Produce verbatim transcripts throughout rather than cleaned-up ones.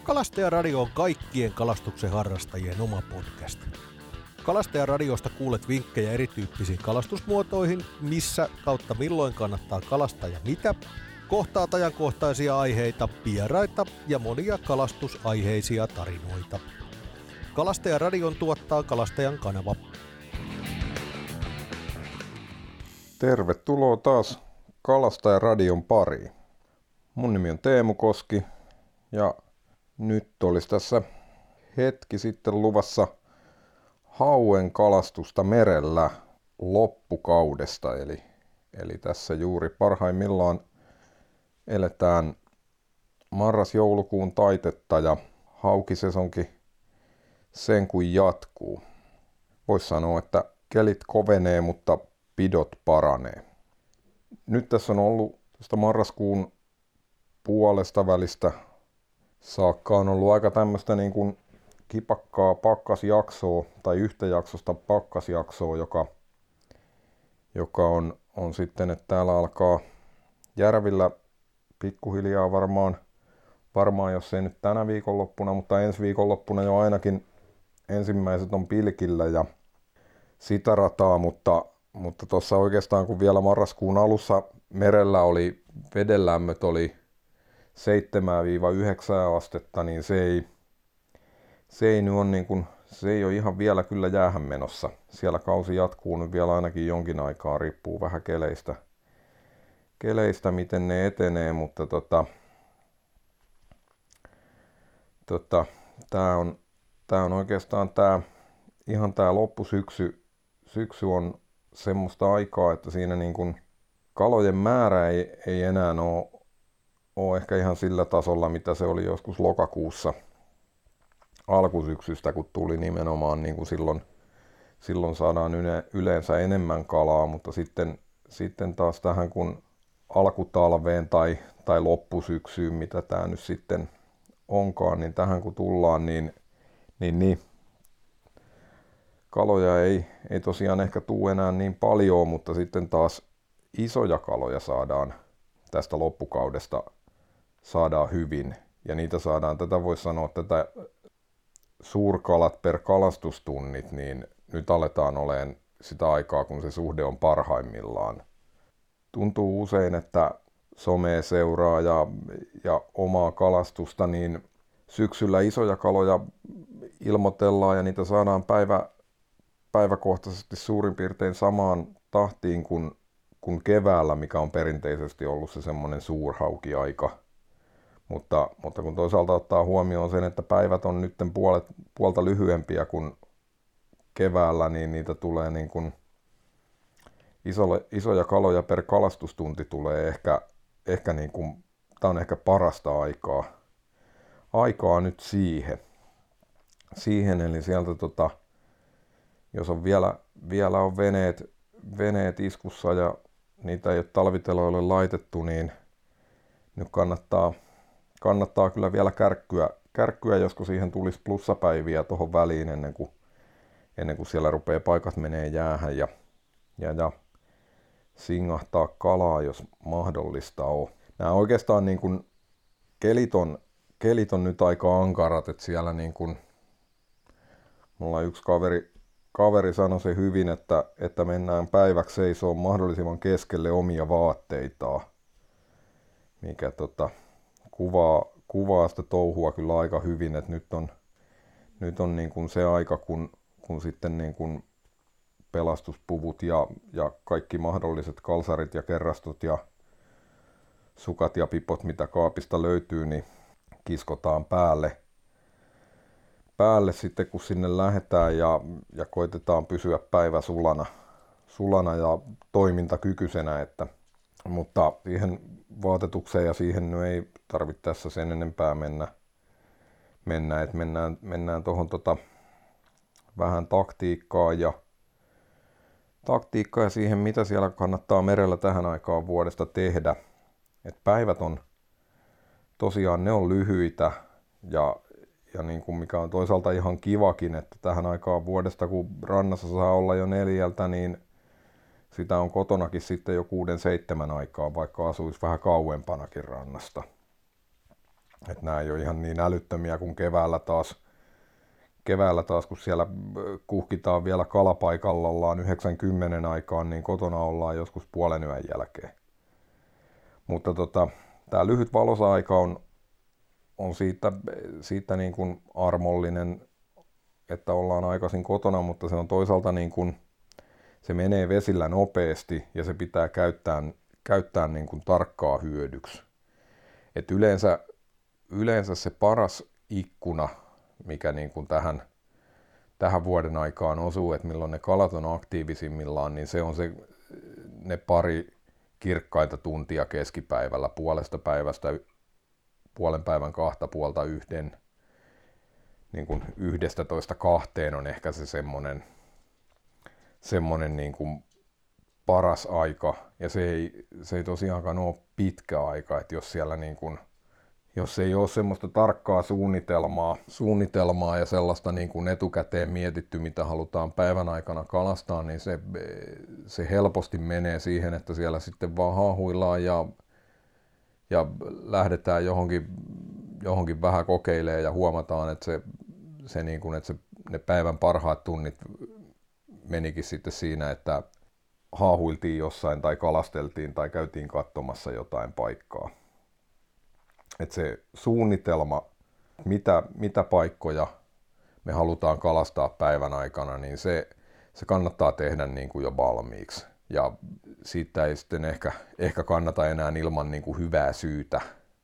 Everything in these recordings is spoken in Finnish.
Kalastajaradio on kaikkien kalastuksen harrastajien oma podcast. Kalastajaradiosta kuulet vinkkejä erityyppisiin kalastusmuotoihin, missä kautta milloin kannattaa kalastaa ja mitä, kohtaat ajankohtaisia aiheita, vieraita ja monia kalastusaiheisia tarinoita. Kalastajaradion tuottaa Kalastajan kanava. Tervetuloa taas Kalastajaradion pariin. Mun nimi on Teemu Koski ja nyt olisi tässä hetki sitten luvassa hauen kalastusta merellä loppukaudesta. Eli, eli tässä juuri parhaimmillaan eletään marras-joulukuun taitetta ja haukisesonki sen kuin jatkuu. Voisi sanoa, että kelit kovenee, mutta pidot paranee. Nyt tässä on ollut tästä marraskuun puolesta välistä saakka on ollut aika tämmöistä niin kuin kipakkaa pakkasjaksoa tai yhtäjaksosta pakkasjaksoa, joka, joka on, on sitten, että täällä alkaa järvillä pikkuhiljaa varmaan, varmaan jos ei nyt tänä viikonloppuna, mutta ensi viikonloppuna jo ainakin ensimmäiset on pilkillä ja sitä rataa, mutta mutta tuossa oikeastaan kun vielä marraskuun alussa merellä oli vedenlämmöt oli seitsemästä yhdeksään astetta, niin se ei, se ei nyt on niin kuin, se ei ole ihan vielä kyllä jäähän menossa. Siellä kausi jatkuu nyt vielä ainakin jonkin aikaa, riippuu vähän keleistä, keleistä miten ne etenee, mutta tota, tota, tää on, tää on oikeastaan tää, ihan tää loppusyksy syksy on semmoista aikaa, että siinä niin kuin kalojen määrä ei, ei enää ole, ole ehkä ihan sillä tasolla, mitä se oli joskus lokakuussa alkusyksystä, kun tuli nimenomaan niin kuin silloin, silloin saadaan yle, yleensä enemmän kalaa, mutta sitten, sitten taas tähän kun alkutalveen tai, tai loppusyksyyn, mitä tämä nyt sitten onkaan, niin tähän kun tullaan, niin, niin, niin kaloja ei, ei tosiaan ehkä tule enää niin paljon, mutta sitten taas isoja kaloja saadaan tästä loppukaudesta saadaan hyvin. Ja niitä saadaan, tätä voisi sanoa, tätä suurkalat per kalastustunnit, niin nyt aletaan olemaan sitä aikaa, kun se suhde on parhaimmillaan. Tuntuu usein, että somea seuraa ja, ja omaa kalastusta, niin syksyllä isoja kaloja ilmoitellaan ja niitä saadaan päivä päiväkohtaisesti suurin piirtein samaan tahtiin kuin, kuin keväällä, mikä on perinteisesti ollut se semmoinen suurhaukiaika. Mutta, mutta kun toisaalta ottaa huomioon sen, että päivät on nyt puolet, puolta lyhyempiä kuin keväällä, niin niitä tulee niin kuin isolle, isoja kaloja per kalastustunti tulee ehkä, ehkä niin kuin, tää on ehkä parasta aikaa, aikaa nyt siihen. Siihen eli sieltä tota, jos on vielä, vielä on veneet, veneet iskussa ja niitä ei ole talviteloille laitettu, niin nyt kannattaa, kannattaa kyllä vielä kärkkyä, kärkkyä, josko siihen tulisi plussapäiviä tuohon väliin ennen kuin, ennen kuin siellä rupeaa paikat menee jäähän ja, ja, ja singahtaa kalaa, jos mahdollista on. Nämä oikeastaan niin kuin kelit on, kelit on nyt aika ankarat, että siellä niin kuin, mulla on yksi kaveri, Kaveri sanoi se hyvin, että, että mennään päiväksi seisoo mahdollisimman keskelle omia vaatteitaan, mikä tota, kuvaa, kuvaa sitä touhua kyllä aika hyvin, että nyt on, nyt on niin kuin se aika, kun, kun sitten niin kuin pelastuspuvut ja, ja kaikki mahdolliset kalsarit ja kerrastot ja sukat ja pipot, mitä kaapista löytyy, niin kiskotaan päälle. päälle sitten, kun sinne lähdetään ja, ja koitetaan pysyä päivä sulana, sulana ja toimintakykyisenä, että, mutta siihen vaatetukseen ja siihen nyt ei tarvitse tässä sen enempää mennä, mennä että mennään, mennään tuohon tota, vähän taktiikkaa ja, taktiikkaa ja siihen, mitä siellä kannattaa merellä tähän aikaan vuodesta tehdä. Et päivät on tosiaan, ne on lyhyitä ja Ja niin kuin mikä on toisaalta ihan kivakin, että tähän aikaan vuodesta, kun rannassa saa olla jo neljältä, niin sitä on kotonakin sitten jo kuuden seitsemän aikaa, vaikka asuisi vähän kauempanakin rannasta. Että nämä ei ole ihan niin älyttömiä kuin keväällä taas, keväällä taas, kun siellä kuhkitaan vielä kalapaikalla ollaan yhdeksänkymmentä aikaan, niin kotona ollaan joskus puolen yön jälkeen. Mutta tota, tämä lyhyt valosa-aika on, on siitä, siitä niin kuin armollinen, että ollaan aikaisin kotona, mutta se on toisaalta niin kuin, se menee vesillä nopeasti ja se pitää käyttää, käyttää niin kuin tarkkaa hyödyksi. Et yleensä, yleensä se paras ikkuna, mikä niin kuin tähän, tähän vuoden aikaan osuu, että milloin ne kalat on aktiivisimmillaan, niin se on se, ne pari kirkkaita tuntia keskipäivällä, puolesta päivästä, puolen päivän kahta puolta yhden, niin kuin yhdestä toista kahteen on ehkä se semmoinen, semmoinen niin kuin paras aika, ja se ei, se ei tosiaankaan ole pitkä aika, että jos siellä niin kuin, jos ei ole semmoista tarkkaa suunnitelmaa, suunnitelmaa ja sellaista niin kuin etukäteen mietitty, mitä halutaan päivän aikana kalastaa, niin se, se helposti menee siihen, että siellä sitten vaan haahuillaan ja, ja lähdetään johonkin, johonkin vähän kokeilemaan ja huomataan, että, se, se niin kuin, että se, ne päivän parhaat tunnit menikin sitten siinä, että haahuiltiin jossain tai kalasteltiin tai käytiin katsomassa jotain paikkaa. Että se suunnitelma, mitä, mitä paikkoja me halutaan kalastaa päivän aikana, niin se, se kannattaa tehdä niin kuin jo valmiiksi. Ja siitä ei sitten ehkä, ehkä kannata enää ilman niin kuin hyvää syytä,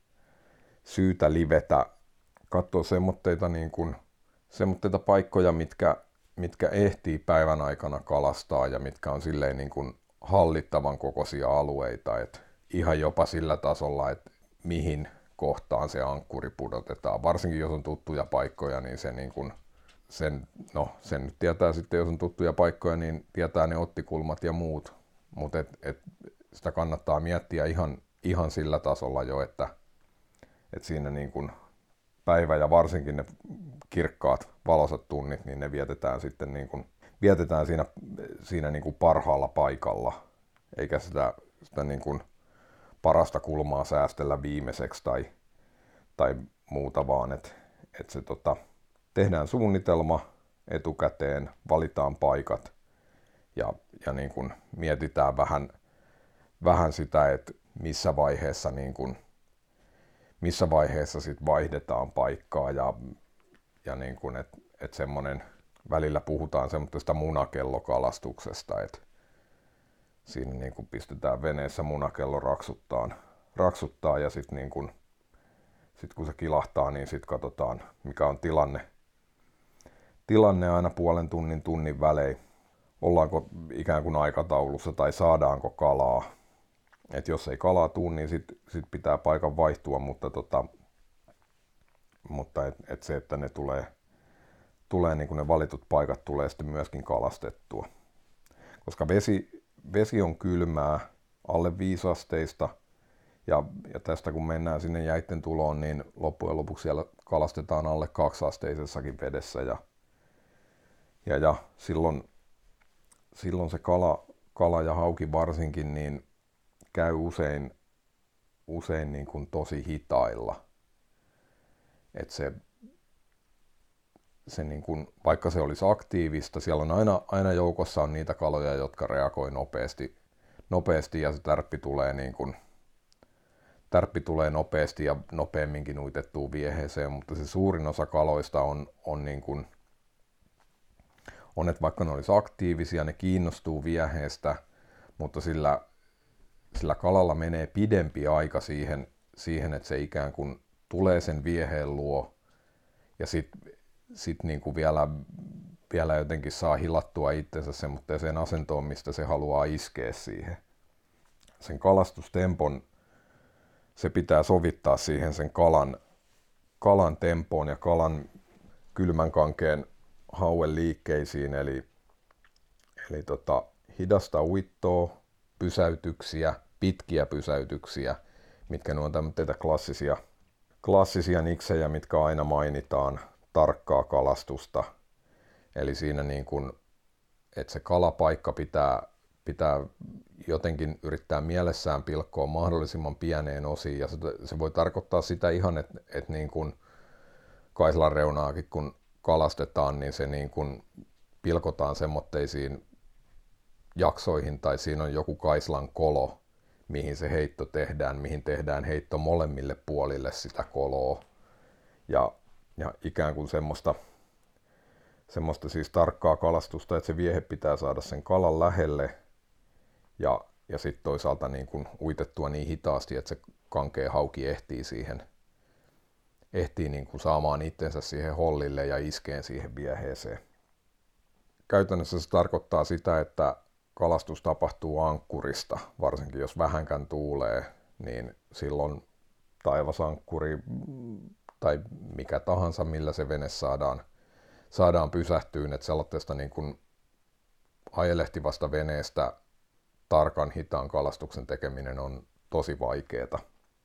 syytä livetä, katsoa semmoitteita, niin kuin, semmoitteita paikkoja, mitkä, mitkä ehtii päivän aikana kalastaa ja mitkä on silleen niin kuin hallittavan kokoisia alueita. Et ihan jopa sillä tasolla, että mihin kohtaan se ankkuri pudotetaan. Varsinkin jos on tuttuja paikkoja, niin se niin kuin, sen, no, sen nyt tietää sitten, jos on tuttuja paikkoja, niin tietää ne ottikulmat ja muut. Mutta et, et sitä kannattaa miettiä ihan, ihan sillä tasolla jo, että et siinä niin kuin päivä ja varsinkin ne kirkkaat valoisat tunnit, niin ne vietetään sitten niin kuin, vietetään siinä, siinä niin kuin parhaalla paikalla, eikä sitä, sitä niin kuin parasta kulmaa säästellä viimeiseksi tai, tai muuta, vaan että et se tota, tehdään suunnitelma etukäteen, valitaan paikat ja, ja niin kuin mietitään vähän, vähän sitä, että missä vaiheessa, niin kuin, missä vaiheessa sit vaihdetaan paikkaa ja, ja niin kuin, että et semmoinen, välillä puhutaan semmoisesta munakellokalastuksesta, että siinä niin kuin pistetään veneessä munakello raksuttaan, raksuttaa ja sitten niin kuin, sit kun se kilahtaa, niin sitten katsotaan, mikä on tilanne, tilanne aina puolen tunnin tunnin välein. Ollaanko ikään kuin aikataulussa tai saadaanko kalaa. Et jos ei kalaa tule, niin sitten sit pitää paikan vaihtua, mutta, tota, mutta et, et se, että ne tulee, tulee niin kuin ne valitut paikat tulee sitten myöskin kalastettua. Koska vesi, vesi on kylmää, alle viisiasteista, ja, ja tästä kun mennään sinne jäitten tuloon, niin loppujen lopuksi siellä kalastetaan alle kaksiasteisessakin vedessä, ja, ja, ja silloin, silloin se kala, kala ja hauki varsinkin niin käy usein, usein niin kuin tosi hitailla. Et se, se niin kuin, vaikka se olisi aktiivista, siellä on aina, aina joukossa on niitä kaloja, jotka reagoi nopeasti, nopeasti ja se tärppi tulee, niin kuin, tärppi tulee nopeasti ja nopeamminkin uitettua vieheeseen, mutta se suurin osa kaloista on, on, niin kuin, on, että vaikka ne olisi aktiivisia, ne kiinnostuu vieheestä, mutta sillä, sillä kalalla menee pidempi aika siihen, siihen että se ikään kuin tulee sen vieheen luo ja sitten sit niinku vielä, vielä jotenkin saa hilattua itsensä semmoiseen asentoon, mistä se haluaa iskeä siihen. Sen kalastustempon se pitää sovittaa siihen sen kalan, kalan tempoon ja kalan kylmän kankeen hauen liikkeisiin, eli, eli tota, hidasta uittoa, pysäytyksiä, pitkiä pysäytyksiä, mitkä ne on tämmöitä klassisia, klassisia niksejä, mitkä aina mainitaan, tarkkaa kalastusta, eli siinä niin kuin, että se kalapaikka pitää, pitää jotenkin yrittää mielessään pilkkoa mahdollisimman pieneen osiin, ja se, se voi tarkoittaa sitä ihan, että et niin kuin kaislan reunaakin kun kalastetaan, niin se niin kuin pilkotaan semmoitteisiin jaksoihin, tai siinä on joku kaislan kolo, mihin se heitto tehdään, mihin tehdään heitto molemmille puolille sitä koloa, ja, ja ikään kuin semmoista, semmoista siis tarkkaa kalastusta, että se viehe pitää saada sen kalan lähelle, ja, ja sitten toisaalta niin kuin uitettua niin hitaasti, että se kankea hauki ehtii siihen, ehtii niin kuin saamaan itsensä siihen hollille ja iskeen siihen vieheeseen. Käytännössä se tarkoittaa sitä, että kalastus tapahtuu ankkurista, varsinkin jos vähänkään tuulee, niin silloin taivasankkuri tai mikä tahansa, millä se vene saadaan, saadaan pysähtyyn, että sellaisesta niin kuin ajelehtivasta veneestä tarkan hitaan kalastuksen tekeminen on tosi vaikeaa.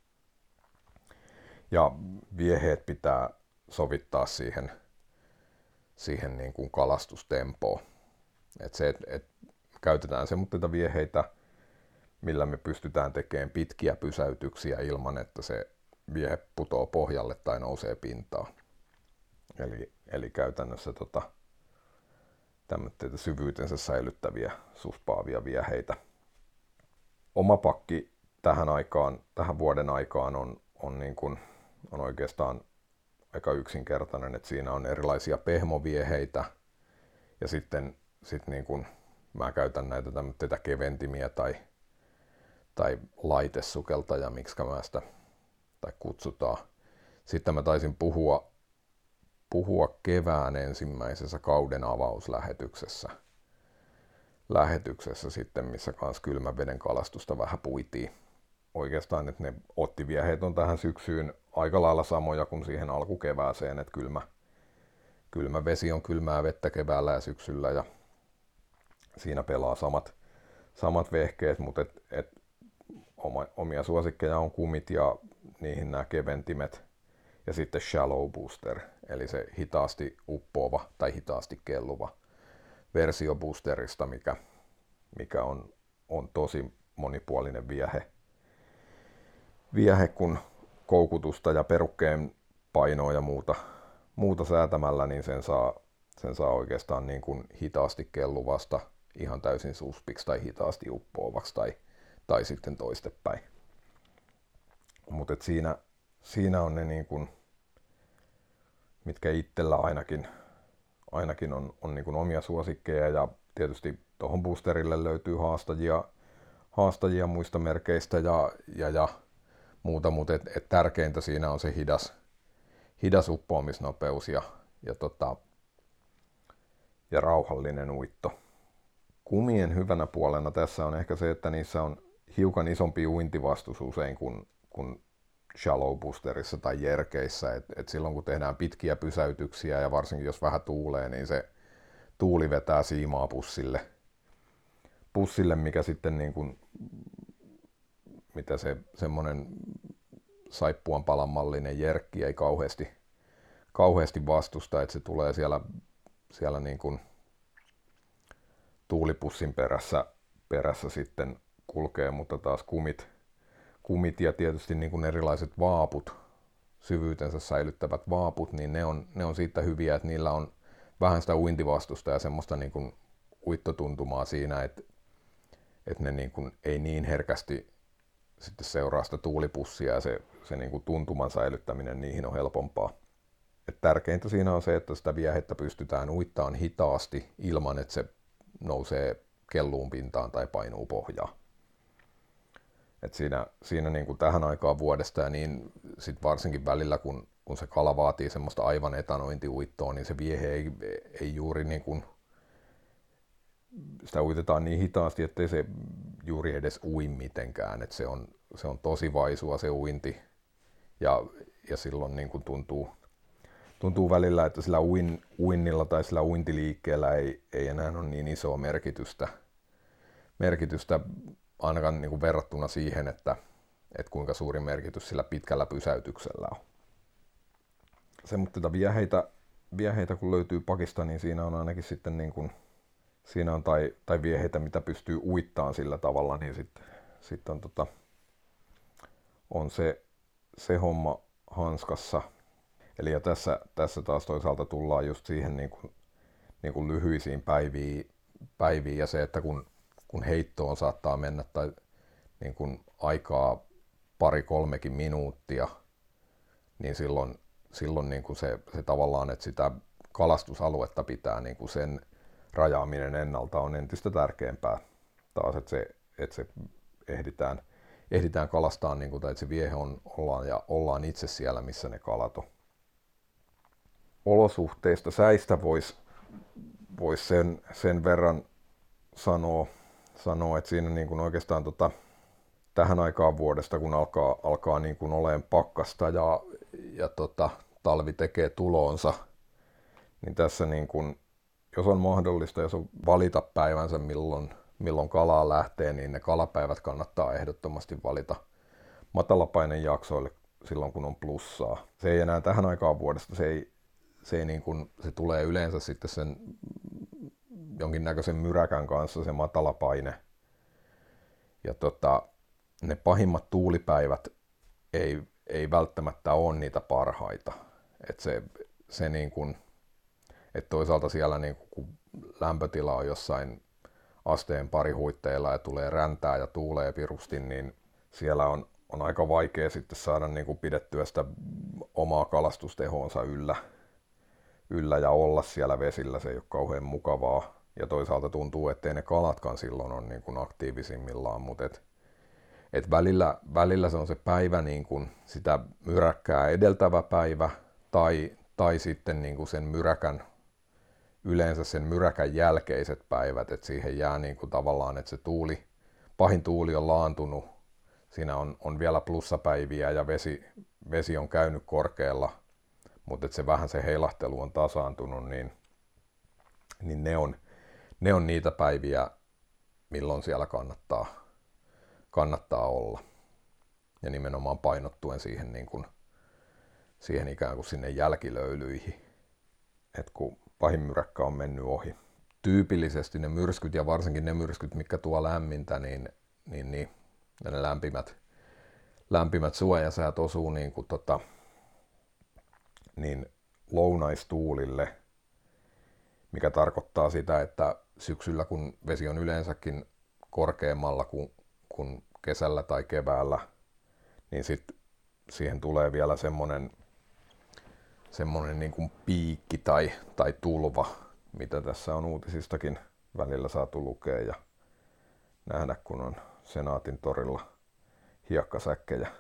Ja vieheet pitää sovittaa siihen, siihen niin kuin kalastustempoon. Et se, et, et käytetään semmoisia vieheitä, millä me pystytään tekemään pitkiä pysäytyksiä ilman, että se viehe putoo pohjalle tai nousee pintaan. Eli, eli käytännössä tota, tämmöitä syvyytensä säilyttäviä suspaavia vieheitä. Oma pakki tähän aikaan, tähän vuoden aikaan on, on, niin kuin, on oikeastaan aika yksinkertainen, että siinä on erilaisia pehmovieheitä ja sitten sit niin kuin mä käytän näitä tämmöitä keventimiä tai, tai laitesukeltaja, miksi mä sitä tai kutsutaan. Sitten mä taisin puhua, puhua kevään ensimmäisessä kauden avauslähetyksessä. Lähetyksessä sitten, missä kanssa kylmän veden kalastusta vähän puitiin. Oikeastaan, että ne ottivieheet on tähän syksyyn aika lailla samoja kuin siihen alkukevääseen, että kylmä, kylmä vesi on kylmää vettä keväällä ja syksyllä ja siinä pelaa samat, samat vehkeet, mutta et, et oma, omia suosikkeja on kumit ja niihin nämä keventimet ja sitten shallow booster, eli se hitaasti uppoava tai hitaasti kelluva versio boosterista, mikä, mikä on, on tosi monipuolinen viehe. Viehe, kun koukutusta ja perukkeen painoa ja muuta, muuta säätämällä, niin sen saa, sen saa oikeastaan niin kuin hitaasti kelluvasta ihan täysin suspiksi tai hitaasti uppoavaksi tai, tai sitten toistepäin. Mutta siinä, siinä on ne, niin kuin, mitkä itsellä ainakin, ainakin on, on niin kuin omia suosikkeja, ja tietysti tuohon boosterille löytyy haastajia, haastajia muista merkeistä ja, ja, ja muuta, mutta et, et tärkeintä siinä on se hidas, hidas uppoamisnopeus ja, ja, tota, ja rauhallinen uitto. Kumien hyvänä puolena tässä on ehkä se, että niissä on hiukan isompi uintivastus usein kuin, kuin shallow boosterissa tai jerkeissä. Et, et silloin kun tehdään pitkiä pysäytyksiä ja varsinkin jos vähän tuulee, niin se tuuli vetää siimaa pussille, pussille mikä sitten niin kuin, mitä se semmoinen saippuan palan mallinen jerkki ei kauheasti, kauheasti vastusta, että se tulee siellä, siellä niin kuin tuulipussin perässä, perässä sitten kulkee, mutta taas kumit, kumit ja tietysti niin kuin erilaiset vaaput, syvyytensä säilyttävät vaaput, niin ne on, ne on siitä hyviä, että niillä on vähän sitä uintivastusta ja semmoista niin kuin uittotuntumaa siinä, että, että ne niin kuin ei niin herkästi sitten seuraa sitä tuulipussia ja se, se niin kuin tuntuman säilyttäminen niihin on helpompaa. Et tärkeintä siinä on se, että sitä viehettä pystytään uittaan hitaasti ilman, että se nousee kelluun pintaan tai painuu pohjaan. Et siinä siinä niin kuin tähän aikaan vuodesta ja niin sit varsinkin välillä, kun, kun se kala vaatii semmoista aivan etanointiuittoa, niin se viehe ei, ei juuri niin kuin, sitä uitetaan niin hitaasti, ettei se juuri edes ui mitenkään. Et se, on, se on tosi vaisua se uinti ja, ja silloin niin kuin tuntuu, tuntuu välillä, että sillä uin, uinnilla tai sillä uintiliikkeellä ei, ei enää ole niin isoa merkitystä, merkitystä ainakaan niin kuin verrattuna siihen, että, että kuinka suuri merkitys sillä pitkällä pysäytyksellä on. Semmoista vieheitä, vieheitä kun löytyy pakista, niin siinä on ainakin sitten niin kuin siinä on tai, tai vieheitä, mitä pystyy uittaan sillä tavalla, niin sitten sit on, tota, on se, se homma hanskassa. Eli ja tässä, tässä taas toisaalta tullaan just siihen niin kuin, niin kuin lyhyisiin päiviin, päiviin ja se, että kun, kun heittoon saattaa mennä tai niin kuin aikaa pari kolmekin minuuttia, niin silloin, silloin niin kuin se, se tavallaan, että sitä kalastusaluetta pitää niin kuin sen rajaaminen ennalta on entistä tärkeämpää taas, että se, että se ehditään, ehditään kalastaa, niin kuin, tai että se viehe on, ollaan, ja ollaan itse siellä, missä ne kalat on. Olosuhteista säistä voisi vois sen, sen verran sanoa, sanoa, että siinä niin kuin oikeastaan tota, tähän aikaan vuodesta, kun alkaa, alkaa niin kuin olemaan pakkasta ja, ja tota, talvi tekee tuloonsa, niin tässä niin kuin, jos on mahdollista, jos on valita päivänsä milloin, milloin kalaa lähtee, niin ne kalapäivät kannattaa ehdottomasti valita matalapainen jaksoille silloin, kun on plussaa. Se ei enää tähän aikaan vuodesta, se, ei, se, ei niin kuin, se tulee yleensä sitten sen jonkinnäköisen myräkän kanssa se matalapaine. Ja tota, ne pahimmat tuulipäivät ei, ei välttämättä ole niitä parhaita. Et se, se niin kuin, et toisaalta siellä niin kuin, kun lämpötila on jossain asteen pari huitteilla ja tulee räntää ja tuulee pirusti, niin siellä on, on aika vaikea sitten saada niin kuin pidettyä sitä omaa kalastustehoonsa yllä, yllä ja olla siellä vesillä. Se ei ole kauhean mukavaa. Ja toisaalta tuntuu, ettei ne kalatkaan silloin ole niin kuin aktiivisimmillaan, mutta et, et välillä, välillä se on se päivä niin kuin sitä myräkkää edeltävä päivä tai, tai sitten niin kuin sen myräkän, yleensä sen myräkän jälkeiset päivät, että siihen jää niin kuin tavallaan, että se tuuli, pahin tuuli on laantunut, siinä on, on vielä plussapäiviä ja vesi, vesi on käynyt korkealla, mutta että se vähän se heilahtelu on tasaantunut, niin, niin ne on Ne on niitä päiviä, milloin siellä kannattaa, kannattaa olla. Ja nimenomaan painottuen siihen, niin kuin, siihen ikään kuin sinne jälkilöylyihin, että kun pahin myräkkä on mennyt ohi. Tyypillisesti ne myrskyt ja varsinkin ne myrskyt, mitkä tuo lämmintä, niin, niin, niin ja ne lämpimät, lämpimät suojasäät osuu niin kuin, tota, niin lounaistuulille, mikä tarkoittaa sitä, että syksyllä, kun vesi on yleensäkin korkeammalla kuin, kuin kesällä tai keväällä, niin sit siihen tulee vielä semmoinen, semmoinen niin kuin piikki tai, tai tulva, mitä tässä on uutisistakin välillä saatu lukea ja nähdä, kun on Senaatin torilla hiekkasäkkejä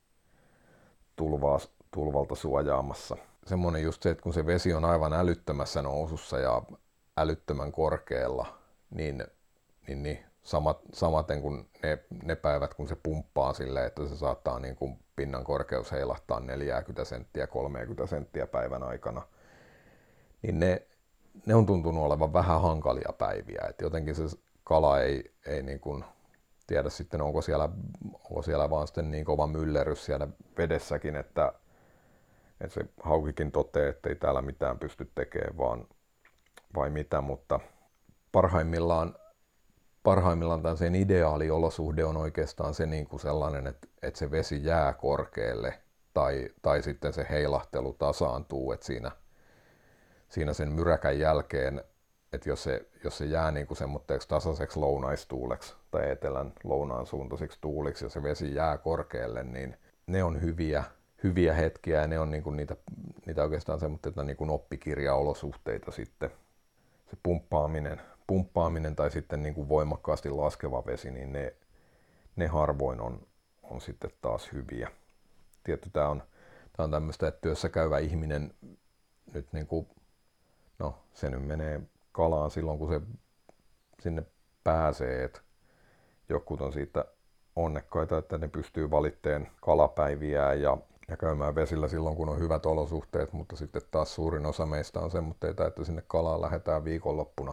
tulvaa, tulvalta suojaamassa. Semmoinen just se, että kun se vesi on aivan älyttömässä nousussa ja älyttömän korkealla, niin, niin, niin samat, samaten kuin ne, ne päivät, kun se pumppaa silleen, että se saattaa niin kuin pinnan korkeus heilahtaa neljäkymmentä senttiä, kolmekymmentä senttiä päivän aikana, niin ne, ne on tuntunut olevan vähän hankalia päiviä. Et jotenkin se kala ei, ei niin kuin tiedä sitten, onko siellä, onko siellä vaan sitten niin kova myllerys siellä vedessäkin, että Et se haukikin toteaa, että ei täällä mitään pysty tekemään, vaan vai mitä, mutta parhaimmillaan, parhaimmillaan tämän sen ideaaliolosuhde on oikeastaan se niin kuin sellainen, että, että se vesi jää korkealle tai, tai sitten se heilahtelu tasaantuu, että siinä, siinä sen myräkän jälkeen, että jos se, jos se jää niin kuin semmoitteeksi tasaiseksi lounaistuuleksi tai etelän lounaan suuntaiseksi tuuliksi ja se vesi jää korkealle, niin ne on hyviä. hyviä hetkiä ja ne on niinku niitä, niitä oikeastaan semmoista niinku oppikirjaolosuhteita sitten. Se pumppaaminen, pumppaaminen tai sitten niinku voimakkaasti laskeva vesi, niin ne, ne harvoin on, on sitten taas hyviä. Tietty tää on, tää on tämmöistä, että työssä käyvä ihminen nyt niinku, no se nyt menee kalaan silloin kun se sinne pääsee, että jokut on siitä onnekkaita, että ne pystyy valitteen kalapäiviään ja ja käymään vesillä silloin, kun on hyvät olosuhteet, mutta sitten taas suurin osa meistä on semmoitteita, että sinne kalaan lähdetään viikonloppuna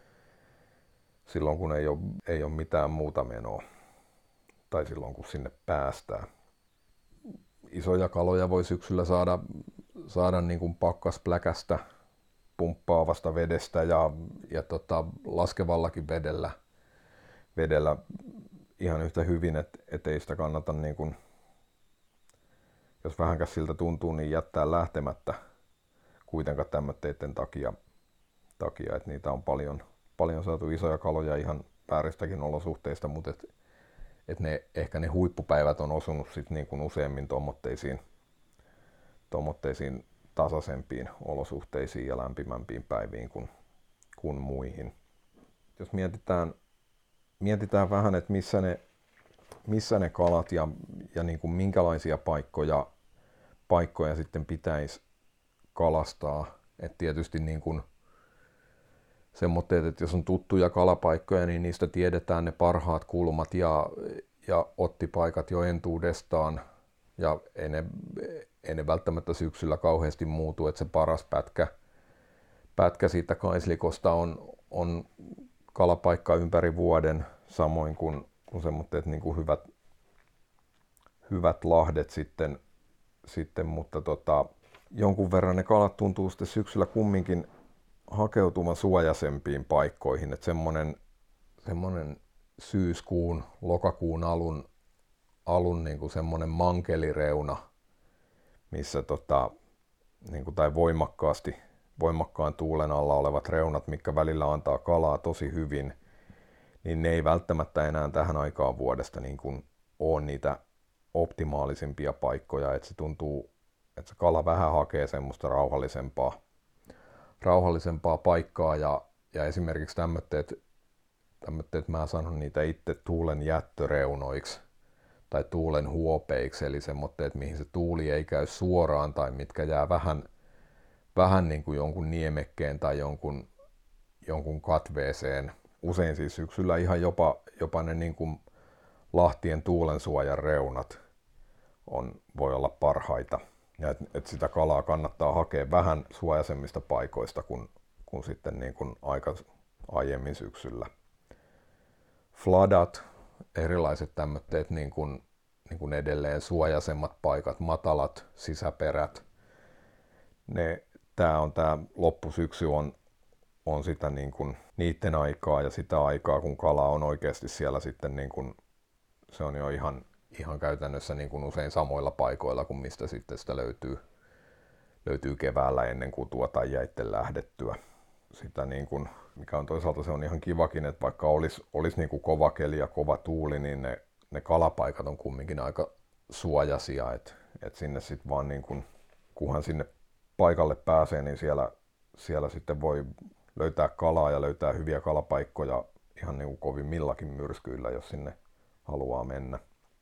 silloin, kun ei ole, ei ole mitään muuta menoa tai silloin, kun sinne päästään. Isoja kaloja voi syksyllä saada, saada niin kuin pakkaspläkästä pumppaavasta vedestä ja, ja tota, laskevallakin vedellä, vedellä ihan yhtä hyvin, että et ei sitä kannata, niin kun, jos vähänkäs siltä tuntuu, niin jättää lähtemättä kuitenkaan tämmöiden takia, takia että niitä on paljon, paljon saatu isoja kaloja ihan vääristäkin olosuhteista, mutta et, et ne, ehkä ne huippupäivät on osunut sit niin kun useammin tuommoitteisiin tuommoitteisiin tasaisempiin olosuhteisiin ja lämpimämpiin päiviin kuin, kuin muihin. Jos mietitään, mietitään vähän, että missä ne, missä ne kalat ja, ja niin kuin minkälaisia paikkoja, paikkoja sitten pitäisi kalastaa. Et tietysti niin kuin semmoitteet, että jos on tuttuja kalapaikkoja, niin niistä tiedetään ne parhaat kulmat ja, ja ottipaikat jo entuudestaan. Ja ei ne, ei ne välttämättä syksyllä kauheasti muutu, että se paras pätkä, pätkä siitä kaislikosta on, on kalapaikka ympäri vuoden, samoin kuin, kuin semmoitteet niin kuin hyvät, hyvät lahdet sitten, sitten mutta tota, jonkun verran ne kalat tuntuu sitten syksyllä kumminkin hakeutumaan suojaisempiin paikkoihin, että semmoinen, semmoinen syyskuun, lokakuun alun, alun niin kuin semmoinen mankelireuna, missä tota, niin kuin, tai voimakkaasti, voimakkaan tuulen alla olevat reunat, mitkä välillä antaa kalaa tosi hyvin, niin ne ei välttämättä enää tähän aikaan vuodesta niin kuin ole niitä optimaalisimpia paikkoja, että se tuntuu, että se kala vähän hakee semmoista rauhallisempaa, rauhallisempaa paikkaa ja, ja esimerkiksi tämmöitteet, tämmöitteet mä sanon niitä itse tuulen jättöreunoiksi tai tuulen huopeiksi, eli semmoitteet, mihin se tuuli ei käy suoraan tai mitkä jää vähän, vähän niin kuin jonkun niemekkeen tai jonkun, jonkun katveeseen. Usein siis syksyllä ihan jopa, jopa ne niin kuin lahtien tuulensuojan reunat on, voi olla parhaita. Ja et, et sitä kalaa kannattaa hakea vähän suojaisemmista paikoista kuin, kuin sitten niin kuin aika aiemmin syksyllä. Fladat, erilaiset tämmöitteet niin kuin, niin kuin edelleen suojaisemmat paikat, matalat sisäperät. Ne, tää on tää loppusyksy on, on sitä niin kuin niiden aikaa ja sitä aikaa, kun kala on oikeasti siellä sitten niin kuin, se on jo ihan, ihan käytännössä niin kuin usein samoilla paikoilla kuin mistä sitten sitä löytyy, löytyy keväällä ennen kutua tai jäitten lähdettyä. Sitä niin kuin, mikä on toisaalta se on ihan kivakin, että vaikka olisi, olisi niin kuin kova keli ja kova tuuli, niin ne, ne kalapaikat on kumminkin aika suojaisia, että et sinne sitten vaan niin kuin, kunhan sinne paikalle pääsee, niin siellä, siellä sitten voi löytää kalaa ja löytää hyviä kalapaikkoja ihan niin kuin kovimmillakin myrskyillä, jos sinne haluaa mennä.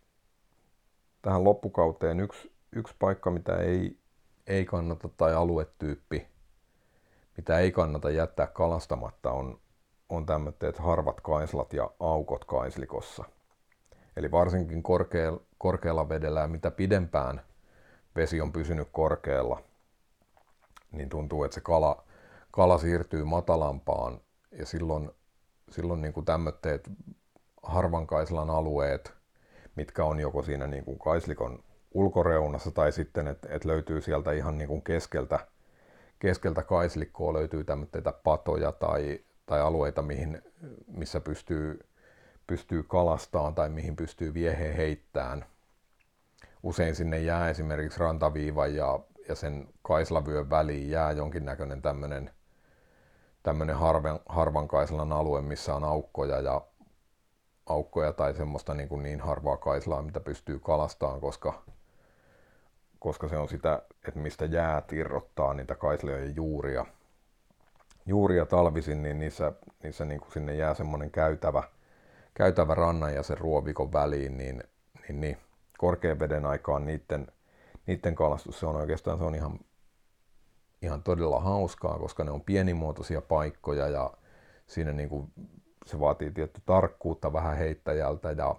Tähän loppukauteen yksi, yksi paikka, mitä ei, ei kannata, tai aluetyyppi, mitä ei kannata jättää kalastamatta, on, on tämmöiset harvat kaislat ja aukot kaislikossa. Eli varsinkin korkealla, korkealla vedellä ja mitä pidempään vesi on pysynyt korkealla, niin tuntuu, että se kala, kala siirtyy matalampaan ja silloin, silloin niin kuin tämmöiset harvan kaislan alueet, mitkä on joko siinä niin kuin kaislikon ulkoreunassa tai sitten, että et löytyy sieltä ihan niin kuin keskeltä, keskeltä kaislikkoa löytyy tämmöitä patoja tai, tai alueita, mihin, missä pystyy, pystyy kalastamaan tai mihin pystyy vieheen heittämään. Usein sinne jää esimerkiksi rantaviivan ja, ja sen kaislavyön väliin jää jonkinnäköinen tämmöinen, tämmöinen harven, harvan kaislan alue, missä on aukkoja ja aukkoja tai semmoista niin, kuin niin harvaa kaislaa, mitä pystyy kalastamaan, koska, koska se on sitä, että mistä jäät irrottaa niitä kaislojen juuria. Juuria talvisin, niin niissä, niissä niin kuin sinne jää semmoinen käytävä, käytävä rannan ja sen ruovikon väliin, niin, niin, niin korkean veden aikaan niiden, niiden kalastus, se on oikeastaan se on ihan, ihan todella hauskaa, koska ne on pienimuotoisia paikkoja ja siinä niin kuin se vaatii tietty tarkkuutta vähän heittäjältä ja,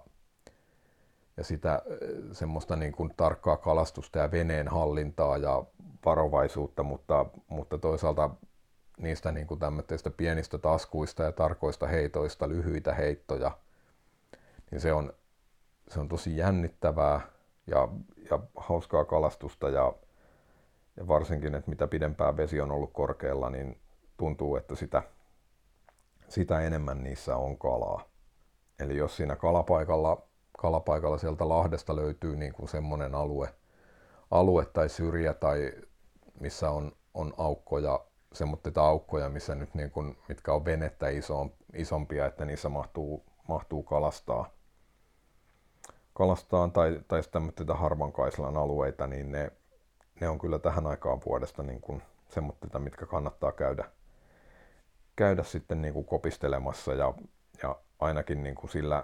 ja sitä semmoista niin kuin tarkkaa kalastusta ja veneen hallintaa ja varovaisuutta, mutta, mutta toisaalta niistä niin kuin tämmöistä pienistä taskuista ja tarkoista heitoista, lyhyitä heittoja, niin se on, se on tosi jännittävää ja, ja hauskaa kalastusta ja, ja varsinkin, että mitä pidempään vesi on ollut korkealla, niin, tuntuu, että sitä, sitä enemmän niissä on kalaa. Eli jos siinä kalapaikalla, kalapaikalla sieltä Lahdesta löytyy niin kuin semmoinen alue, alue tai syrjä tai missä on, on aukkoja, semmoitteita aukkoja, missä nyt niin kuin, mitkä on venettä iso, isompia, että niissä mahtuu, mahtuu kalastaa, kalastaa tai, tai tämmöitä harvankaislan alueita, niin ne, ne on kyllä tähän aikaan vuodesta niin kuin semmoitteita, mitkä kannattaa käydä, käydä sitten niin kuin kopistelemassa ja, ja ainakin niin kuin sillä,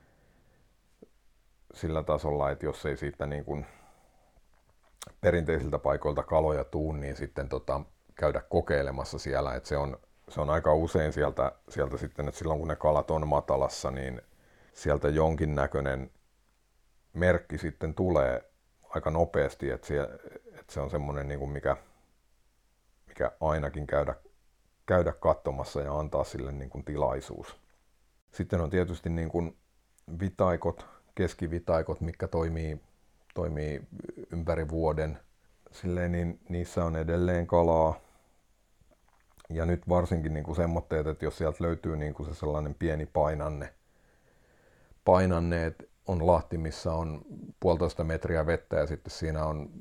sillä tasolla, että jos ei siitä niin kuin perinteisiltä paikoilta kaloja tuu, niin sitten tota, käydä kokeilemassa siellä, että se on, se on aika usein sieltä, sieltä sitten, että silloin kun ne kalat on matalassa, niin sieltä jonkinnäköinen merkki sitten tulee aika nopeasti, että, siellä, että se on semmoinen, niin kuin mikä, mikä ainakin käydä, käydä katsomassa ja antaa sille niin kuin tilaisuus. Sitten on tietysti niin kuin vitaikot, keskivitaikot, mitkä toimii, toimii ympäri vuoden. Silleen, niin niissä on edelleen kalaa. Ja nyt varsinkin niin kuin semmoitteet, että jos sieltä löytyy niin kuin se sellainen pieni painanne, painanne, että on lahti, missä on puolitoista metriä vettä ja sitten siinä on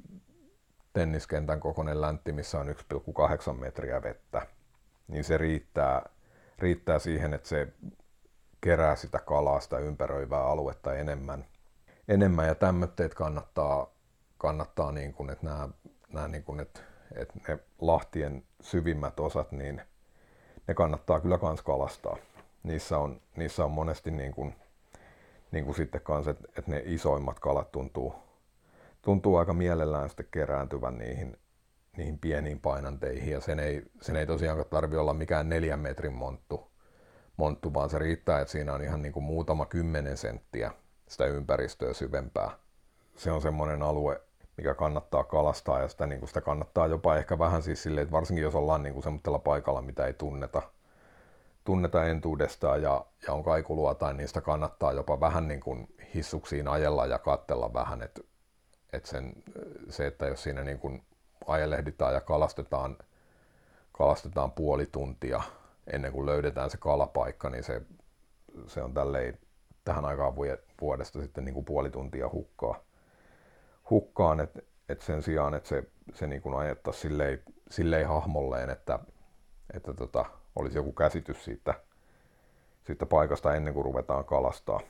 tenniskentän kokoinen läntti, missä on yksi pilkku kahdeksan metriä vettä, niin se riittää, riittää siihen, että se kerää sitä kalaa, sitä ympäröivää aluetta enemmän. enemmän ja tämmöitteet kannattaa, kannattaa niin kuin, että nämä, nämä niin kuin, että, että ne lahtien syvimmät osat, niin ne kannattaa kyllä kans kalastaa. Niissä on, niissä on monesti niin kuin, niin kuin sitten kans, että, että ne isoimmat kalat tuntuu, tuntuu aika mielellään sitten kerääntyvän niihin, niihin pieniin painanteihin ja sen ei, sen ei tosiaan tarvitse olla mikään neljän metrin monttu, monttu, vaan se riittää, että siinä on ihan niin kuin muutama kymmenen senttiä sitä ympäristöä syvempää. Se on semmoinen alue, mikä kannattaa kalastaa ja sitä, niin kuin sitä kannattaa jopa ehkä vähän siis silleen, että varsinkin jos ollaan niin kuin semmoisella paikalla, mitä ei tunneta, tunneta entuudestaan ja, ja on kaikuluotain, niin sitä kannattaa jopa vähän niin kuin hissuksiin ajella ja katsella vähän, että, että sen, se, että jos siinä niin kuin ajelehditaan ja kalastetaan, kalastetaan puoli tuntia ennen kuin löydetään se kalapaikka, niin se, se on tälleen tähän aikaan vuodesta sitten niin kuin puoli tuntia hukkaa. hukkaan, että et sen sijaan, että se, se niin kuin ajettaisiin silleen, silleen hahmolleen, että, että tota, olisi joku käsitys siitä, siitä paikasta ennen kuin ruvetaan kalastaa,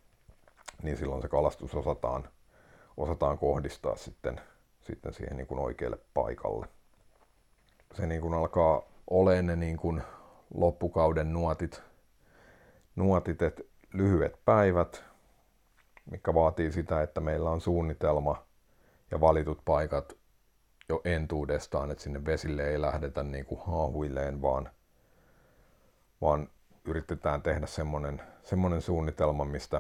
niin silloin se kalastus osataan, osataan kohdistaa sitten, sitten siihen niin kuin oikealle paikalle. Se niin kuin alkaa olemaan ne niin kuin loppukauden nuotit, nuotit että lyhyet päivät, mikä vaatii sitä, että meillä on suunnitelma ja valitut paikat jo entuudestaan, että sinne vesille ei lähdetä niin kuin haahuilleen, vaan, vaan yritetään tehdä semmoinen, semmoinen suunnitelma, mistä,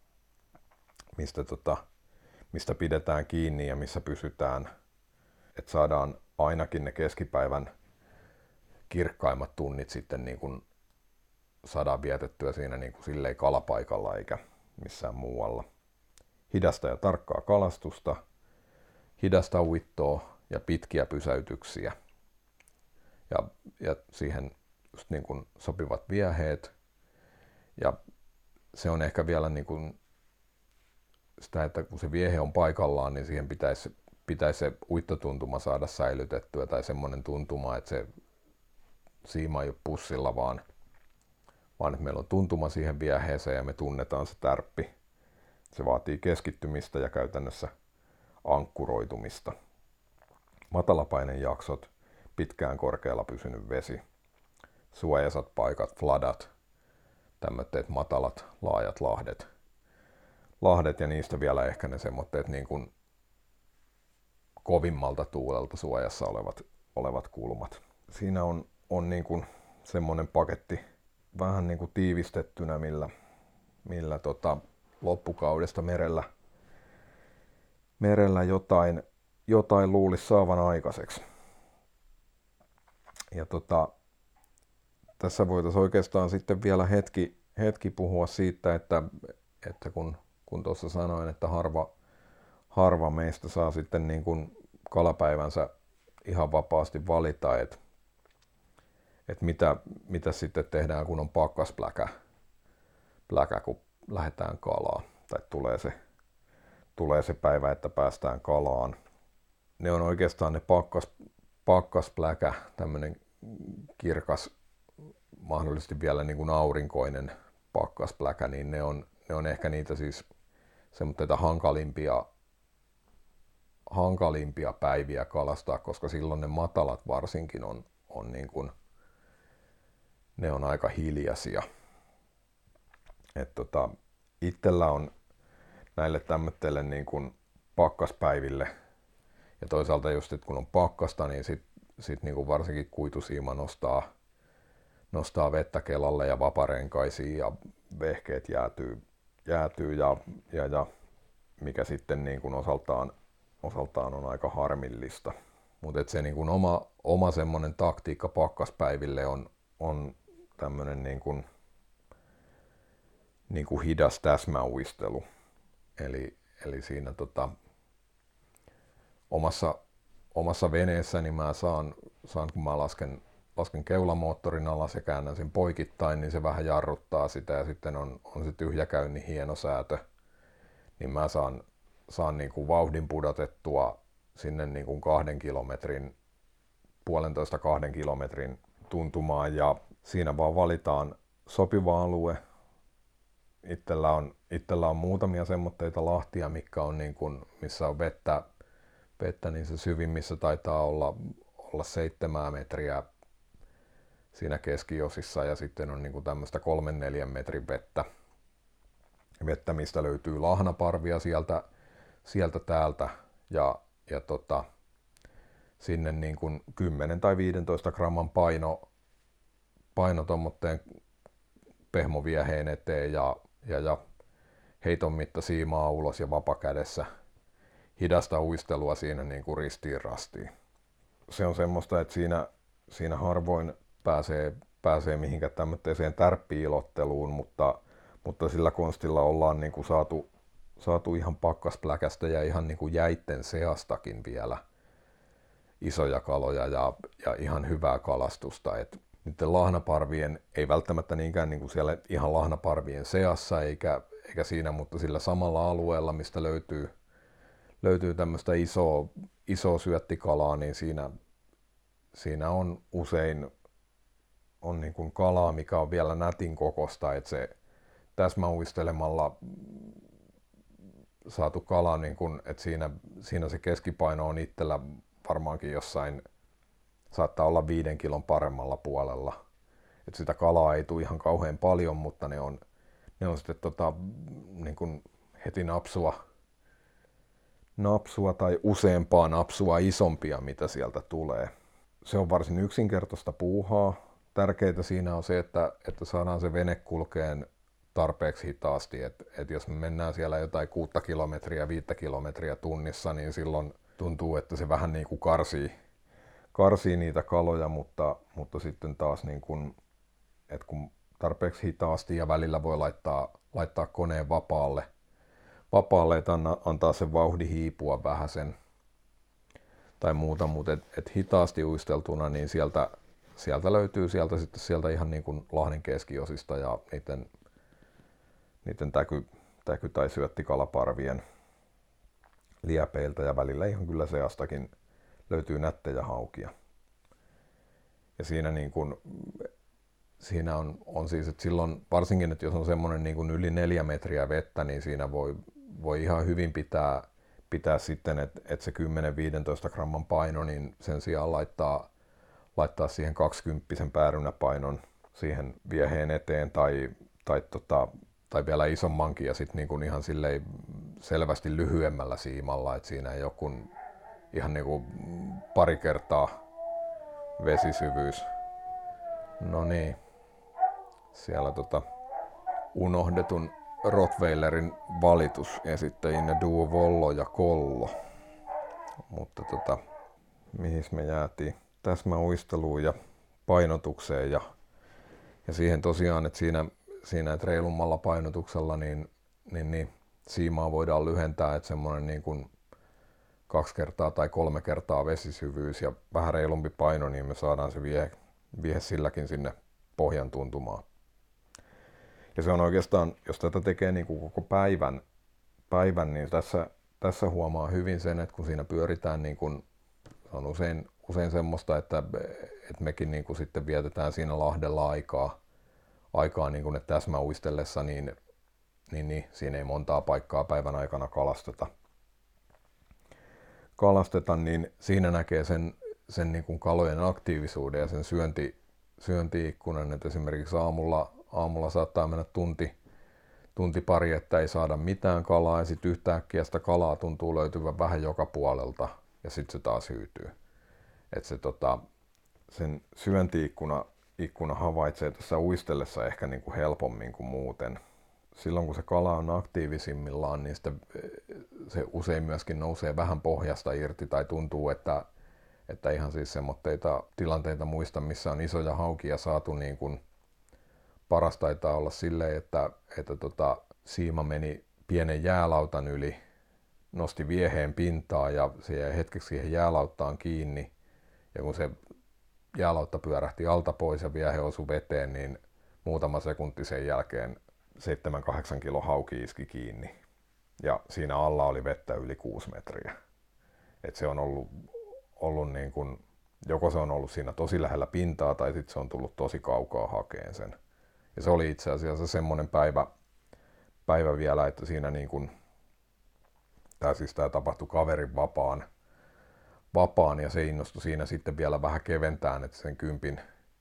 mistä, tota, mistä pidetään kiinni ja missä pysytään, että saadaan ainakin ne keskipäivän kirkkaimmat tunnit sitten niin kuin saadaan vietettyä siinä niin kuin silleen kalapaikalla eikä missään muualla. Hidasta ja tarkkaa kalastusta, hidasta uittoa ja pitkiä pysäytyksiä. Ja, ja siihen just niin kuin sopivat vieheet. Ja se on ehkä vielä niin kuin sitä, että kun se viehe on paikallaan, niin siihen pitäisi, pitäisi se uittotuntuma saada säilytettyä tai semmoinen tuntuma, että se siima ei ole pussilla, vaan, vaan että meillä on tuntuma siihen vieheeseen ja me tunnetaan se tärppi. Se vaatii keskittymistä ja käytännössä ankkuroitumista. Matalapainenjaksot, pitkään korkealla pysynyt vesi, suojasat paikat, fladat, tämmöitteet matalat, laajat lahdet. Lahdet ja niistä vielä ehkä ne semmoitteet niin kuin kovimmalta tuulelta suojassa olevat, olevat kulmat. Siinä on, on niin kuin semmoinen paketti vähän niin kuin tiivistettynä, millä, millä tota, loppukaudesta merellä, merellä jotain, jotain luulisi saavan aikaiseksi. Ja tota, tässä voitaisiin oikeastaan sitten vielä hetki, hetki puhua siitä, että, että kun, kun tuossa sanoin, että harva, harva meistä saa sitten niin kuin kalapäivänsä ihan vapaasti valita, että, että mitä, mitä sitten tehdään, kun on pakkaspläkä, pläkä, kun lähdetään kalaan tai tulee se, tulee se päivä, että päästään kalaan. Ne on oikeastaan ne pakkas, pakkaspläkä, tämmöinen kirkas, mahdollisesti vielä niin kuin aurinkoinen pakkaspläkä, niin ne on, ne on ehkä niitä siis semmoisia hankalimpia, hankalimpia päiviä kalastaa, koska silloin ne matalat varsinkin on, on niin kuin, ne on aika hiljaisia. Et tota, itsellä on näille tämmöisille niin kuin pakkaspäiville ja toisaalta just, että kun on pakkasta, niin sit, sit niin kuin varsinkin kuitusiima nostaa, nostaa vettä kelalle ja vaparenkaisiin ja vehkeet jäätyy, jäätyy ja, ja, ja mikä sitten niin kuin osaltaan, osaltaan on aika harmillista. Mutta se niin kuin oma, oma semmoinen taktiikka pakkaspäiville on, on tämmöinen niin kuin, niin kuin hidas täsmäuistelu. Eli, eli siinä tota, omassa, omassa veneessäni mä saan, saan kun mä lasken, lasken keulamoottorin alas ja käännän sen poikittain, niin se vähän jarruttaa sitä ja sitten on, on se tyhjäkäynnin hieno säätö. Niin mä saan, saan niin kuin vauhdin pudotettua sinne niin kuin kahden kilometrin, puolentoista kahden kilometrin tuntumaan ja siinä vaan valitaan sopiva alue. Itsellä on, itsellä on muutamia semmoitteita lahtia, mitkä on niin kuin, missä on vettä, vettä, niin se syvimmissä taitaa olla, olla seitsemää metriä siinä keskiosissa ja sitten on niin kuin tämmöistä kolmen neljän metrin vettä, vettä, mistä löytyy lahnaparvia sieltä, sieltä täältä ja, ja tota, sinne niin kuin kymmenen tai viisitoista gramman paino, paino tommotteen pehmovieheen eteen ja, ja, ja heiton mitta siimaa ulos ja vapakädessä hidasta uistelua siinä niin kuin ristiin rastiin. Se on semmoista, että siinä, siinä harvoin pääsee, pääsee mihinkään tämmöiseen tärppi-ilotteluun, mutta, mutta sillä konstilla ollaan niin kuin saatu, saatu ihan pakkaspläkästä ja ihan niin kuin jäitten seastakin vielä isoja kaloja ja, ja ihan hyvää kalastusta. Et niiden lahnaparvien ei välttämättä niinkään niin kuin siellä ihan lahnaparvien seassa eikä, eikä siinä, mutta sillä samalla alueella, mistä löytyy, löytyy tämmöistä isoa, isoa syöttikalaa, niin siinä, siinä on usein on niin kuin kalaa, mikä on vielä nätin kokosta, että se täsmäuistelemalla saatu kala, niin kuin, että siinä, siinä se keskipaino on itsellä varmaankin jossain, saattaa olla viiden kilon paremmalla puolella. Et sitä kalaa ei tule ihan kauhean paljon, mutta ne on, ne on sitten tota, niin kuin heti napsua, napsua tai useampaa napsua isompia, mitä sieltä tulee. Se on varsin yksinkertaista puuhaa. Tärkeintä siinä on se, että, että saadaan se vene kulkeen tarpeeksi hitaasti. Et, et jos me mennään siellä jotain kuutta kilometriä, viittä kilometriä tunnissa, niin silloin tuntuu, että se vähän niin kuin karsii, karsii niitä kaloja, mutta, mutta sitten taas niin kuin, että kun tarpeeksi hitaasti ja välillä voi laittaa, laittaa koneen vapaalle, vapaalle että anna, antaa sen vauhdin hiipua vähän sen tai muuta, mutta et, et hitaasti uisteltuna, niin sieltä, sieltä löytyy sieltä sitten sieltä ihan niin kuin Lahden keskiosista ja niiden, niiden täky, täky- tai syöttikalaparvien liepeiltä ja välillä ihan kyllä seastakin löytyy nättejä haukia. Ja siinä, niin kuin, siinä on, on siis, että silloin varsinkin, että jos on semmoinen niin kuin yli neljä metriä vettä, niin siinä voi, voi ihan hyvin pitää, pitää sitten, että, että se kymmenen viisitoista gramman paino, niin sen sijaan laittaa, laittaa siihen kaksikymppisen päärynäpainon siihen vieheen eteen tai, tai, tota, tai vielä isommankin ja sitten niin kuin ihan silleen selvästi lyhyemmällä siimalla, että siinä ei ole kuin ihan niin kuin pari kertaa vesisyvyys. No niin, siellä tota unohdetun Rottweilerin valitus esittäjinä Duo Vollo ja Kollo. Mutta tota, mihin me jäätiin? Täsmäuisteluun ja painotukseen ja, ja siihen tosiaan, että siinä, siinä että reilummalla painotuksella niin, niin, niin siimaa voidaan lyhentää, että semmoinen niin kuin kaksi kertaa tai kolme kertaa vesisyvyys ja vähän reilumpi paino, niin me saadaan se vie, vie silläkin sinne pohjan tuntumaan. Ja se on oikeastaan, jos tätä tekee niin kuin koko päivän, päivän niin tässä, tässä huomaa hyvin sen, että kun siinä pyöritään, niin kuin, on usein, usein semmoista, että, että mekin niin kuin sitten vietetään siinä Lahdella aikaa, aikaa niin kuin, että täsmäuistellessa, niin, niin, niin siinä ei montaa paikkaa päivän aikana kalasteta. kalasteta niin siinä näkee sen, sen niin kuin kalojen aktiivisuuden ja sen syönti, syöntiikkunan, että esimerkiksi aamulla, aamulla saattaa mennä tunti, tunti pari, että ei saada mitään kalaa ja sitten yhtäkkiä sitä kalaa tuntuu löytyvän vähän joka puolelta ja sitten se taas hyytyy. Että se tota, sen syöntiikkuna ikkuna havaitsee tässä uistellessa ehkä niin kuin helpommin kuin muuten. Silloin kun se kala on aktiivisimmillaan, niin sitten se usein myöskin nousee vähän pohjasta irti tai tuntuu, että, että ihan siis semmoitteita tilanteita muista, missä on isoja haukia saatu niin kuin paras taitaa olla silleen, että, että tota, siima meni pienen jäälautan yli, nosti vieheen pintaa ja se jäi hetkeksi siihen jäälauttaan kiinni. Ja kun se jäälautta pyörähti alta pois ja viehe osui veteen, niin muutama sekunti sen jälkeen seitsemän kahdeksan kilo hauki iski kiinni. Ja siinä alla oli vettä yli kuusi metriä. Et se on ollut, ollut niin kuin, joko se on ollut siinä tosi lähellä pintaa tai sitten se on tullut tosi kaukaa hakeen sen. Ja se oli itse asiassa semmoinen päivä, päivä vielä, että siinä niin kuin, tää siis tää tapahtui kaverin vapaan, vapaan ja se innostui siinä sitten vielä vähän keventään, että sen kympin,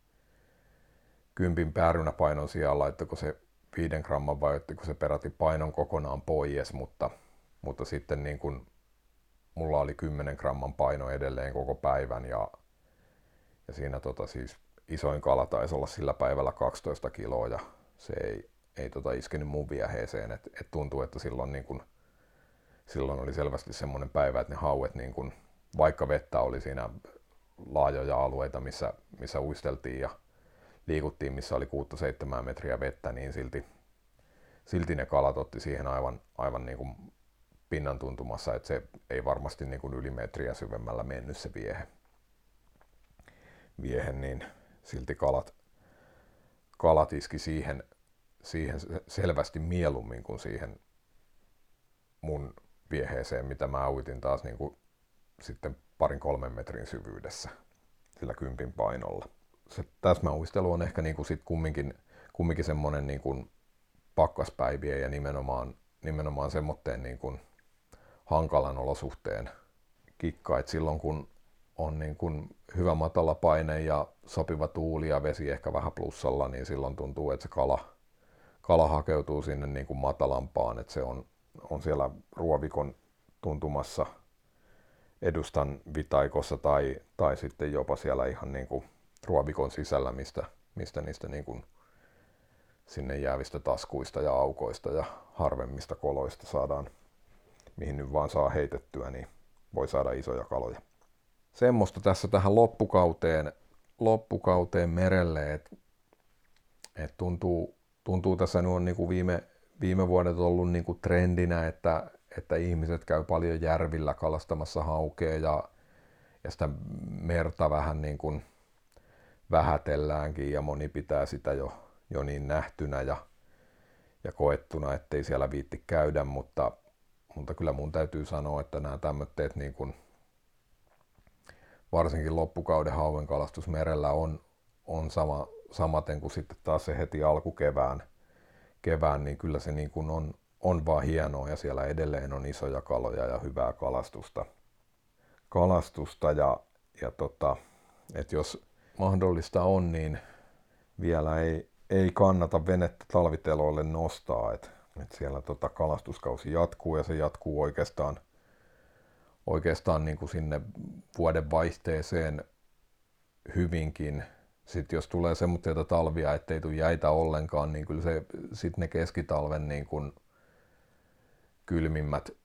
kympin päärynäpainon sijaan laittako se viiden gramman vai ottiko se peräti painon kokonaan pois, mutta, mutta sitten niin kuin mulla oli kymmenen gramman paino edelleen koko päivän ja, ja siinä tota siis isoin kala taisi olla sillä päivällä kaksitoista kiloa ja se ei, ei tota iskenyt mun vieheeseen, että et tuntuu, että silloin, niin kun, silloin oli selvästi semmoinen päivä, että ne hauet, niin kun, vaikka vettä oli siinä laajoja alueita, missä, missä uisteltiin ja liikuttiin, missä oli kuusi seitsemän metriä vettä, niin silti, silti ne kalat otti siihen aivan, aivan niin kuin pinnan tuntumassa, että se ei varmasti niin kuin yli metriä syvemmällä mennyt se viehe. viehe niin silti kalat, kalat iski siihen, siihen selvästi mieluummin kuin siihen mun vieheeseen, mitä mä uitin taas niin kuin sitten parin kolmen metrin syvyydessä sillä kympin painolla. Se täsmäuistelu on ehkä niin kuin sit kumminkin, kumminkin semmoinen niin kuin pakkaspäivien ja nimenomaan, nimenomaan semmoitteen niin kuin hankalan olosuhteen kikka, että silloin kun on niin kuin hyvä matala paine ja sopiva tuuli ja vesi ehkä vähän plussalla, niin silloin tuntuu, että se kala, kala hakeutuu sinne niin kuin matalampaan, että se on, on siellä ruovikon tuntumassa edustan vitaikossa tai, tai sitten jopa siellä ihan niin kuin ruovikon sisällä, mistä, mistä niistä niin kuin sinne jäävistä taskuista ja aukoista ja harvemmista koloista saadaan, mihin nyt vaan saa heitettyä, niin voi saada isoja kaloja. Semmoista tässä tähän loppukauteen, loppukauteen merelle, että et tuntuu, tuntuu tässä nyt on niinku viime, viime vuodet ollut niinku trendinä, että, että ihmiset käy paljon järvillä kalastamassa haukea ja, ja sitä merta vähän niin kuin vähätelläänkin ja moni pitää sitä jo, jo niin nähtynä ja, ja koettuna, ettei siellä viitti käydä, mutta, mutta kyllä mun täytyy sanoa, että nämä tämmöitteet niin kuin varsinkin loppukauden hauenkalastus merellä on, on sama, samaten kuin sitten taas se heti alkukevään, kevään, niin kyllä se niin kuin on, on vaan hienoa ja siellä edelleen on isoja kaloja ja hyvää kalastusta. kalastusta ja, ja tota, että jos mahdollista on, niin vielä ei, ei kannata venettä talviteloille nostaa, että et siellä tota kalastuskausi jatkuu ja se jatkuu oikeastaan oikeastaan niin kuin sinne vuoden vaihteeseen hyvinkin. Sitten jos tulee semmoisia talvia, ettei tule jäitä ollenkaan, niin kyllä se sitten ne keskitalven niin kuin kylmimmät,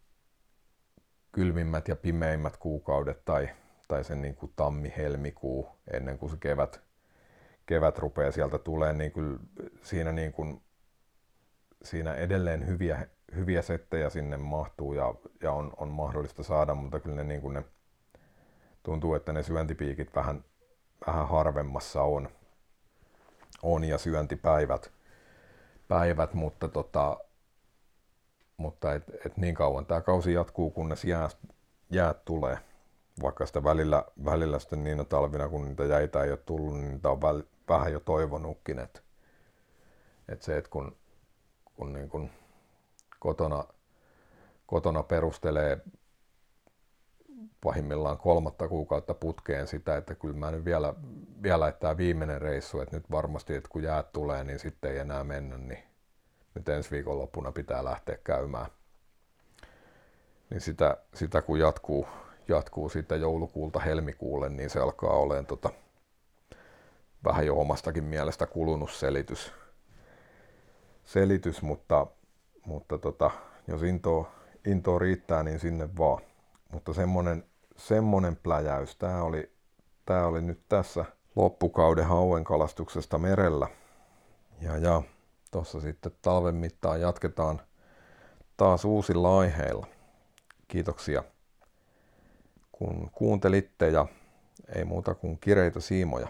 kylmimmät ja pimeimmät kuukaudet tai, tai sen niin kuin tammi-helmikuu ennen kuin se kevät, kevät rupeaa sieltä tulee, niin kyllä siinä, niin kuin, siinä edelleen hyviä hyviä settejä sinne mahtuu ja, ja on, on mahdollista saada, mutta kyllä ne, niin kuin ne tuntuu, että ne syöntipiikit vähän, vähän harvemmassa on, on ja syöntipäivät, päivät, mutta, tota, mutta et, et niin kauan tämä kausi jatkuu, kunnes jäät, jäät tulee. Vaikka sitä välillä, välillä sitten niinä talvina, kun niitä jäitä ei ole tullut, niin niitä on väl, vähän jo toivonutkin, että et se, että kun, kun, niin kun kotona, kotona perustelee pahimmillaan kolmatta kuukautta putkeen sitä, että kyllä mä nyt vielä, vielä että tämä viimeinen reissu, että nyt varmasti, että kun jäät tulee, niin sitten ei enää mennä, niin nyt ensi viikonloppuna pitää lähteä käymään. Niin sitä, sitä kun jatkuu, jatkuu sitten joulukuulta helmikuulle, niin se alkaa olemaan tota, vähän jo omastakin mielestä kulunut selitys, selitys mutta, mutta tota, jos intoa, intoa riittää, niin sinne vaan. Mutta semmonen, semmonen pläjäys, tää oli, tää oli nyt tässä loppukauden hauenkalastuksesta merellä. Ja, ja tossa sitten talven mittaan jatketaan taas uusilla aiheilla. Kiitoksia kun kuuntelitte ja ei muuta kuin kireitä siimoja.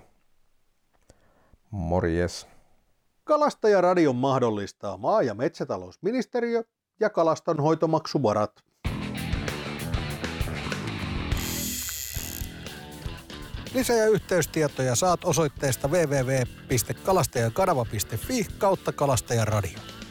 Morjes! Kalastajaradion mahdollistaa maa- ja metsätalousministeriö ja kalastonhoitomaksuvarat. Lisä- ja yhteystietoja saat osoitteesta double-u double-u double-u piste kalastajakanava piste fi kautta kalastajaradio.